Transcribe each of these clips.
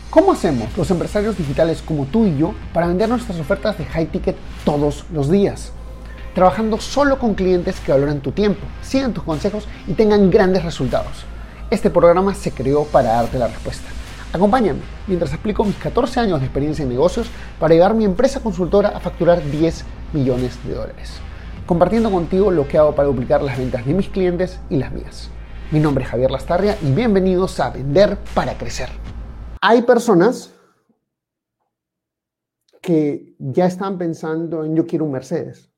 ¿Cómo hacemos los empresarios digitales como tú y yo para vender nuestras ofertas de high ticket todos los días? Trabajando solo con clientes que valoran tu tiempo, sigan tus consejos y tengan grandes resultados. Este programa se creó para darte la respuesta. Acompáñame mientras explico mis 14 años de experiencia en negocios para llevar mi empresa consultora a facturar 10 millones de dólares. Compartiendo contigo lo que hago para duplicar las ventas de mis clientes y las mías. Mi nombre es Javier Lastarria y bienvenidos a Vender para Crecer. Hay personas que ya están pensando en yo quiero un Mercedes.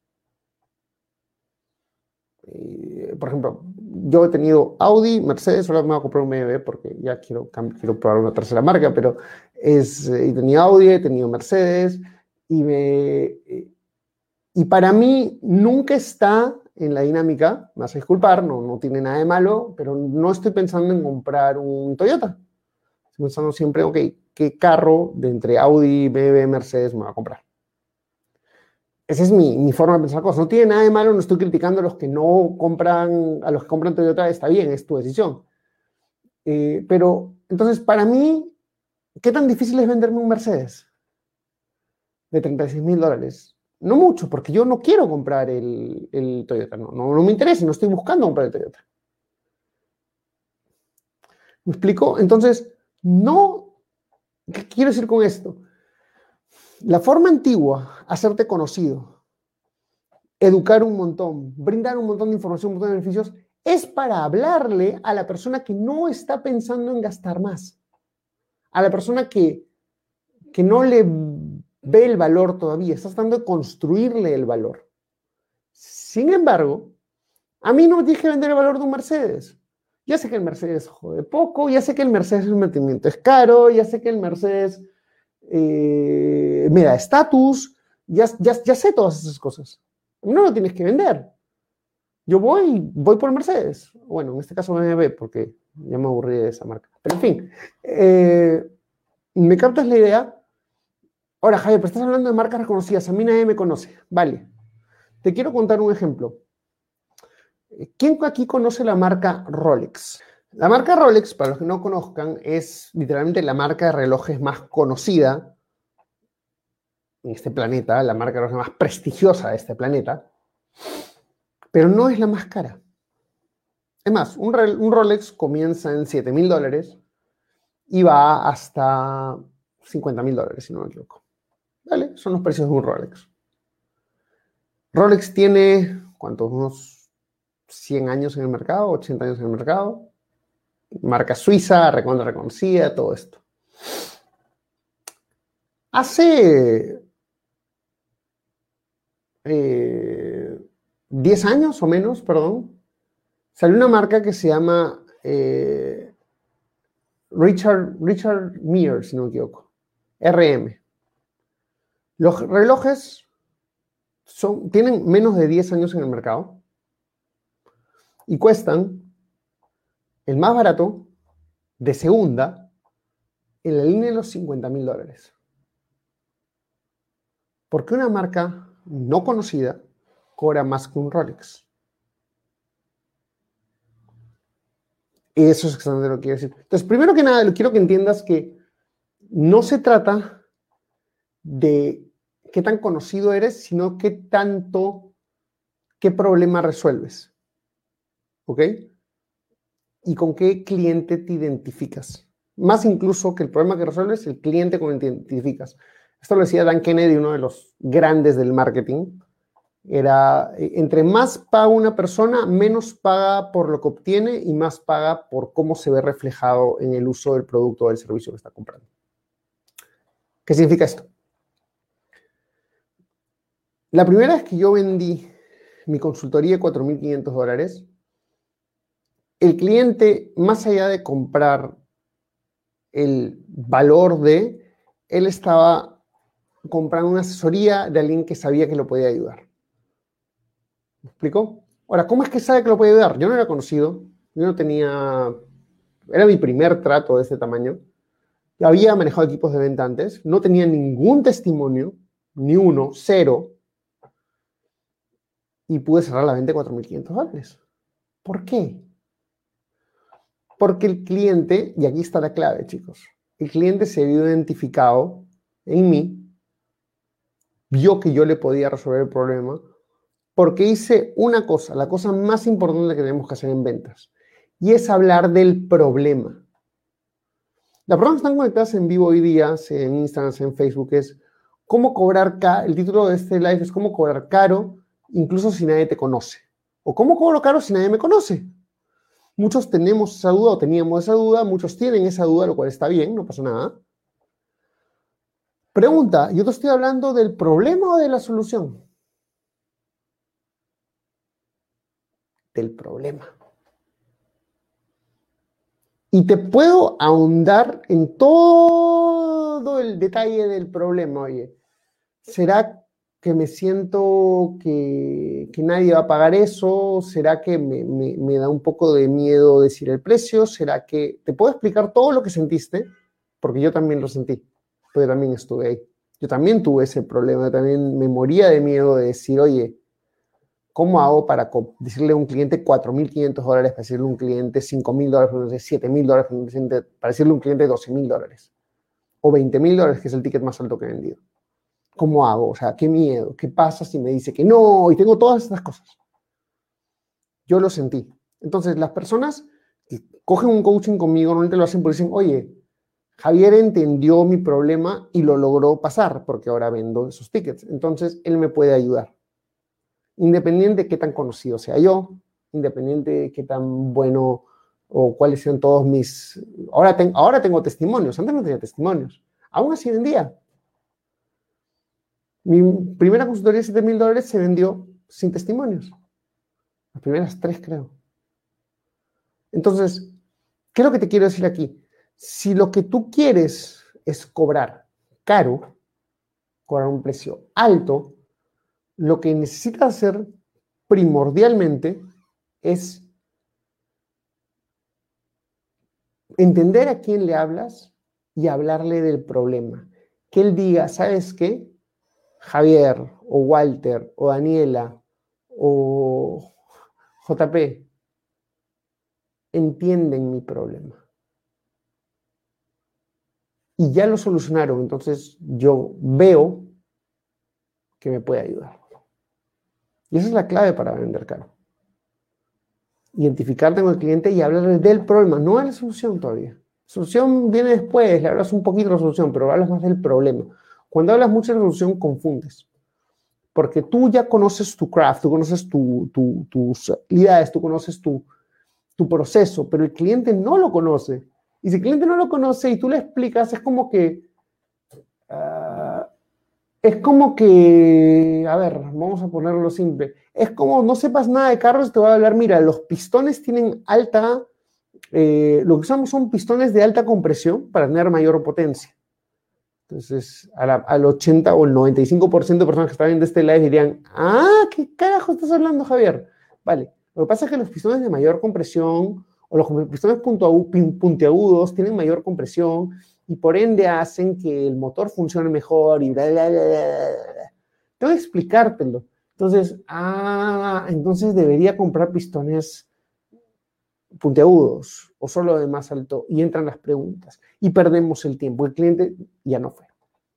Por ejemplo, yo he tenido Audi, Mercedes, ahora me voy a comprar un BMW porque ya quiero probar una tercera marca, pero he tenido Audi, he tenido Mercedes y para mí nunca está en la dinámica, me vas a disculpar, no tiene nada de malo, pero no estoy pensando en comprar un Toyota. Estoy pensando siempre, ok, ¿qué carro de entre Audi, BMW, Mercedes me voy a comprar? Esa es mi forma de pensar cosas. No tiene nada de malo, no estoy criticando a los que no compran, a los que compran Toyota, está bien, es tu decisión. Pero, entonces, para mí, ¿qué tan difícil es venderme un Mercedes de $36,000? No mucho, porque yo no quiero comprar el Toyota, no me interesa, no estoy buscando comprar el Toyota. ¿Me explico? Entonces, ¿qué quiero decir con esto? La forma antigua, hacerte conocido, educar un montón, brindar un montón de información, un montón de beneficios, es para hablarle a la persona que no está pensando en gastar más, a la persona que no le ve el valor todavía, está tratando de construirle el valor. Sin embargo, a mí no me tienes que vender el valor de un Mercedes. Ya sé que el Mercedes jode poco, ya sé que el Mercedes el mantenimiento es caro, ya sé que el Mercedes me da estatus, ya sé todas esas cosas. No lo tienes que vender. Yo voy por Mercedes. Bueno, en este caso BMW, porque ya me aburrí de esa marca. Pero en fin, ¿me captas la idea? Ahora, Javier, pero estás hablando de marcas reconocidas. A mí nadie me conoce. Vale. Te quiero contar un ejemplo. ¿Quién aquí conoce la marca Rolex? La marca Rolex, para los que no conozcan, es literalmente la marca de relojes más conocida en este planeta, la marca de relojes más prestigiosa de este planeta, pero no es la más cara. Es más, un Rolex comienza en $7,000 y va hasta $50,000, si no me equivoco. ¿Vale? Son los precios de un Rolex. Rolex tiene, ¿cuántos? Unos 100 años en el mercado, 80 años en el mercado. Marca suiza, reconocida, todo esto. Hace 10 años o menos, perdón, salió una marca que se llama Richard Mille, si no me equivoco, RM. Los relojes tienen menos de 10 años en el mercado y cuestan el más barato de segunda en la línea de los $50,000. ¿Por qué una marca no conocida cobra más que un Rolex? Eso es exactamente lo que quiero decir. Entonces, primero que nada, quiero que entiendas que no se trata de qué tan conocido eres, sino qué problema resuelves. ¿Ok? Y con qué cliente te identificas. Más incluso que el problema que resuelves, el cliente con el que te identificas. Esto lo decía Dan Kennedy, uno de los grandes del marketing. Era, entre más paga una persona, menos paga por lo que obtiene y más paga por cómo se ve reflejado en el uso del producto o del servicio que está comprando. ¿Qué significa esto? La primera vez que yo vendí mi consultoría de $4,500, el cliente, más allá de comprar el valor él estaba comprando una asesoría de alguien que sabía que lo podía ayudar. ¿Me explico? Ahora, ¿cómo es que sabe que lo puede ayudar? Yo no era conocido, era mi primer trato de este tamaño. Yo había manejado equipos de venta antes, no tenía ningún testimonio, ni uno, cero, y pude cerrar la venta de $4,500. ¿Por qué? Porque el cliente, y aquí está la clave, chicos, el cliente se vio identificado en mí, vio que yo le podía resolver el problema, porque hice una cosa, la cosa más importante que tenemos que hacer en ventas, y es hablar del problema. Las personas que están conectadas en vivo hoy día, sea en Instagram, sea en Facebook, es cómo cobrar caro. El título de este live es cómo cobrar caro, incluso si nadie te conoce. O cómo cobro caro si nadie me conoce. Muchos tenemos esa duda o teníamos esa duda, muchos tienen esa duda, lo cual está bien, no pasa nada. Pregunta, ¿yo te estoy hablando del problema o de la solución? Del problema. Y te puedo ahondar en todo el detalle del problema. Oye, ¿será que me siento que nadie va a pagar eso? ¿Será que me da un poco de miedo decir el precio? ¿Será que te puedo explicar todo lo que sentiste? Porque yo también lo sentí, pero también estuve ahí. Yo también tuve ese problema, yo también me moría de miedo de decir, oye, ¿cómo hago para decirle a un cliente $4,500, para decirle a un cliente $5,000, para decirle $7,000, para decirle a un cliente $12,000? O $20,000, que es el ticket más alto que he vendido. ¿Cómo hago? O sea, qué miedo. ¿Qué pasa si me dice que no? Y tengo todas estas cosas. Yo lo sentí. Entonces, las personas que cogen un coaching conmigo normalmente lo hacen porque dicen, oye, Javier entendió mi problema y lo logró pasar porque ahora vendo esos tickets. Entonces, él me puede ayudar. Independiente de qué tan conocido sea yo, independiente de qué tan bueno o cuáles sean todos mis... Ahora tengo testimonios, antes no tenía testimonios. Aún así vendía. Mi primera consultoría de $7,000 se vendió sin testimonios. Las primeras 3, creo. Entonces, ¿qué es lo que te quiero decir aquí? Si lo que tú quieres es cobrar caro, cobrar un precio alto, lo que necesitas hacer primordialmente es entender a quién le hablas y hablarle del problema. Que él diga, ¿sabes qué? Javier, o Walter, o Daniela, o JP, entienden mi problema. Y ya lo solucionaron, entonces yo veo que me puede ayudar. Y esa es la clave para vender caro. Identificarte con el cliente y hablarle del problema, no de la solución todavía. La solución viene después, le hablas un poquito de la solución, pero hablas más del problema. Cuando hablas mucho de la solución, confundes. Porque tú ya conoces tu craft, tú conoces tus habilidades, tú conoces tu proceso, pero el cliente no lo conoce. Y si el cliente no lo conoce y tú le explicas, es como que, a ver, vamos a ponerlo simple. Es como no sepas nada de carros, te voy a hablar, mira, los pistones tienen lo que usamos son pistones de alta compresión para tener mayor potencia. Entonces, al 80 o el 95% de personas que están viendo este live dirían, ¿qué carajo estás hablando, Javier? Vale, lo que pasa es que los pistones de mayor compresión o los pistones puntiagudos tienen mayor compresión y por ende hacen que el motor funcione mejor y bla, bla, bla, bla. Tengo que explicártelo. Entonces, entonces debería comprar pistones puntiagudos o solo de más alto, y entran las preguntas y perdemos el tiempo, el cliente ya no fue.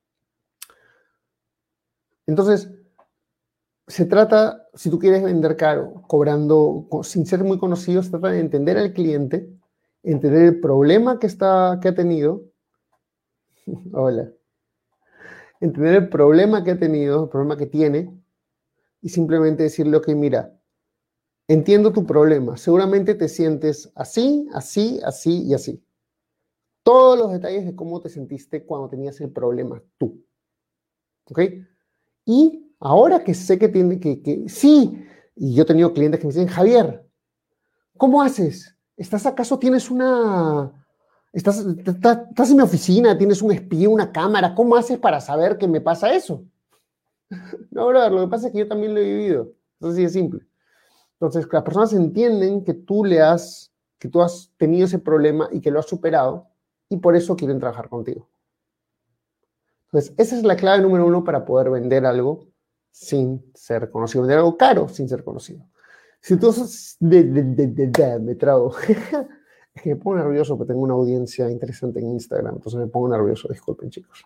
Entonces, se trata, si tú quieres vender caro, cobrando sin ser muy conocido, se trata de entender al cliente, entender el problema que ha tenido. Hola. Entender el problema que ha tenido, el problema que tiene, y simplemente decirle, ok, mira, entiendo tu problema, seguramente te sientes así, así, así y así. Todos los detalles de cómo te sentiste cuando tenías el problema tú. ¿Ok? Y ahora que sé que tiene que sí, y yo he tenido clientes que me dicen, Javier, ¿cómo haces? ¿Acaso tienes estás en mi oficina, tienes un espía, una cámara? ¿Cómo haces para saber que me pasa eso? No, brother, lo que pasa es que yo también lo he vivido. Eso sí es simple. Entonces, las personas entienden que tú has tenido ese problema y que lo has superado y por eso quieren trabajar contigo. Entonces, esa es la clave número 1 para poder vender algo sin ser conocido, vender algo caro sin ser conocido. Si tú me trago. Es que me pongo nervioso porque tengo una audiencia interesante en Instagram, entonces me pongo nervioso, disculpen chicos.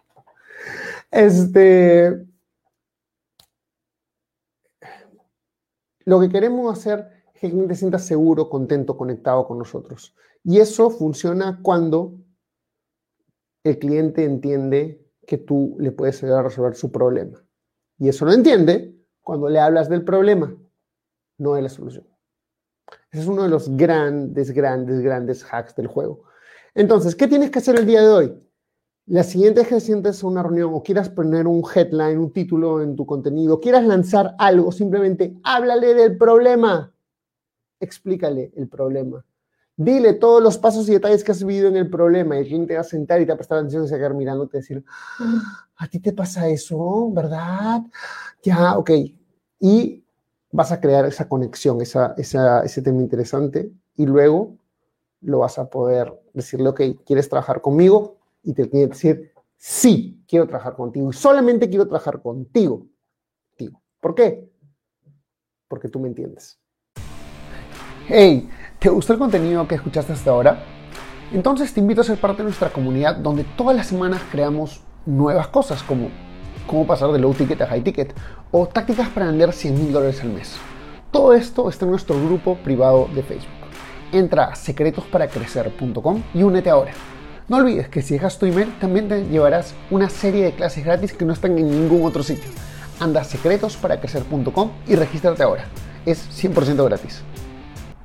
Lo que queremos hacer es que el cliente se sienta seguro, contento, conectado con nosotros. Y eso funciona cuando el cliente entiende que tú le puedes ayudar a resolver su problema. Y eso lo entiende cuando le hablas del problema, no de la solución. Ese es uno de los grandes hacks del juego. Entonces, ¿qué tienes que hacer el día de hoy? La siguiente vez que sientes una reunión o quieras poner un headline, un título en tu contenido, quieras lanzar algo, simplemente háblale del problema. Explícale el problema. Dile todos los pasos y detalles que has vivido en el problema. Y el cliente va a sentar y te va a prestar atención y se va a quedar mirándote y decir, ¿a ti te pasa eso? ¿Verdad? Ya, ok. Y vas a crear esa conexión, ese tema interesante, y luego lo vas a poder decirle, ok, ¿quieres trabajar conmigo? Y te tiene que decir, sí, quiero trabajar contigo. Y solamente quiero trabajar contigo. ¿Por qué? Porque tú me entiendes. Hey, ¿te gustó el contenido que escuchaste hasta ahora? Entonces te invito a ser parte de nuestra comunidad donde todas las semanas creamos nuevas cosas como cómo pasar de low ticket a high ticket o tácticas para vender $100,000 al mes. Todo esto está en nuestro grupo privado de Facebook. Entra a secretosparacrecer.com y únete ahora. No olvides que si dejas tu email también te llevarás una serie de clases gratis que no están en ningún otro sitio. Anda a secretosparacrecer.com y regístrate ahora. Es 100% gratis.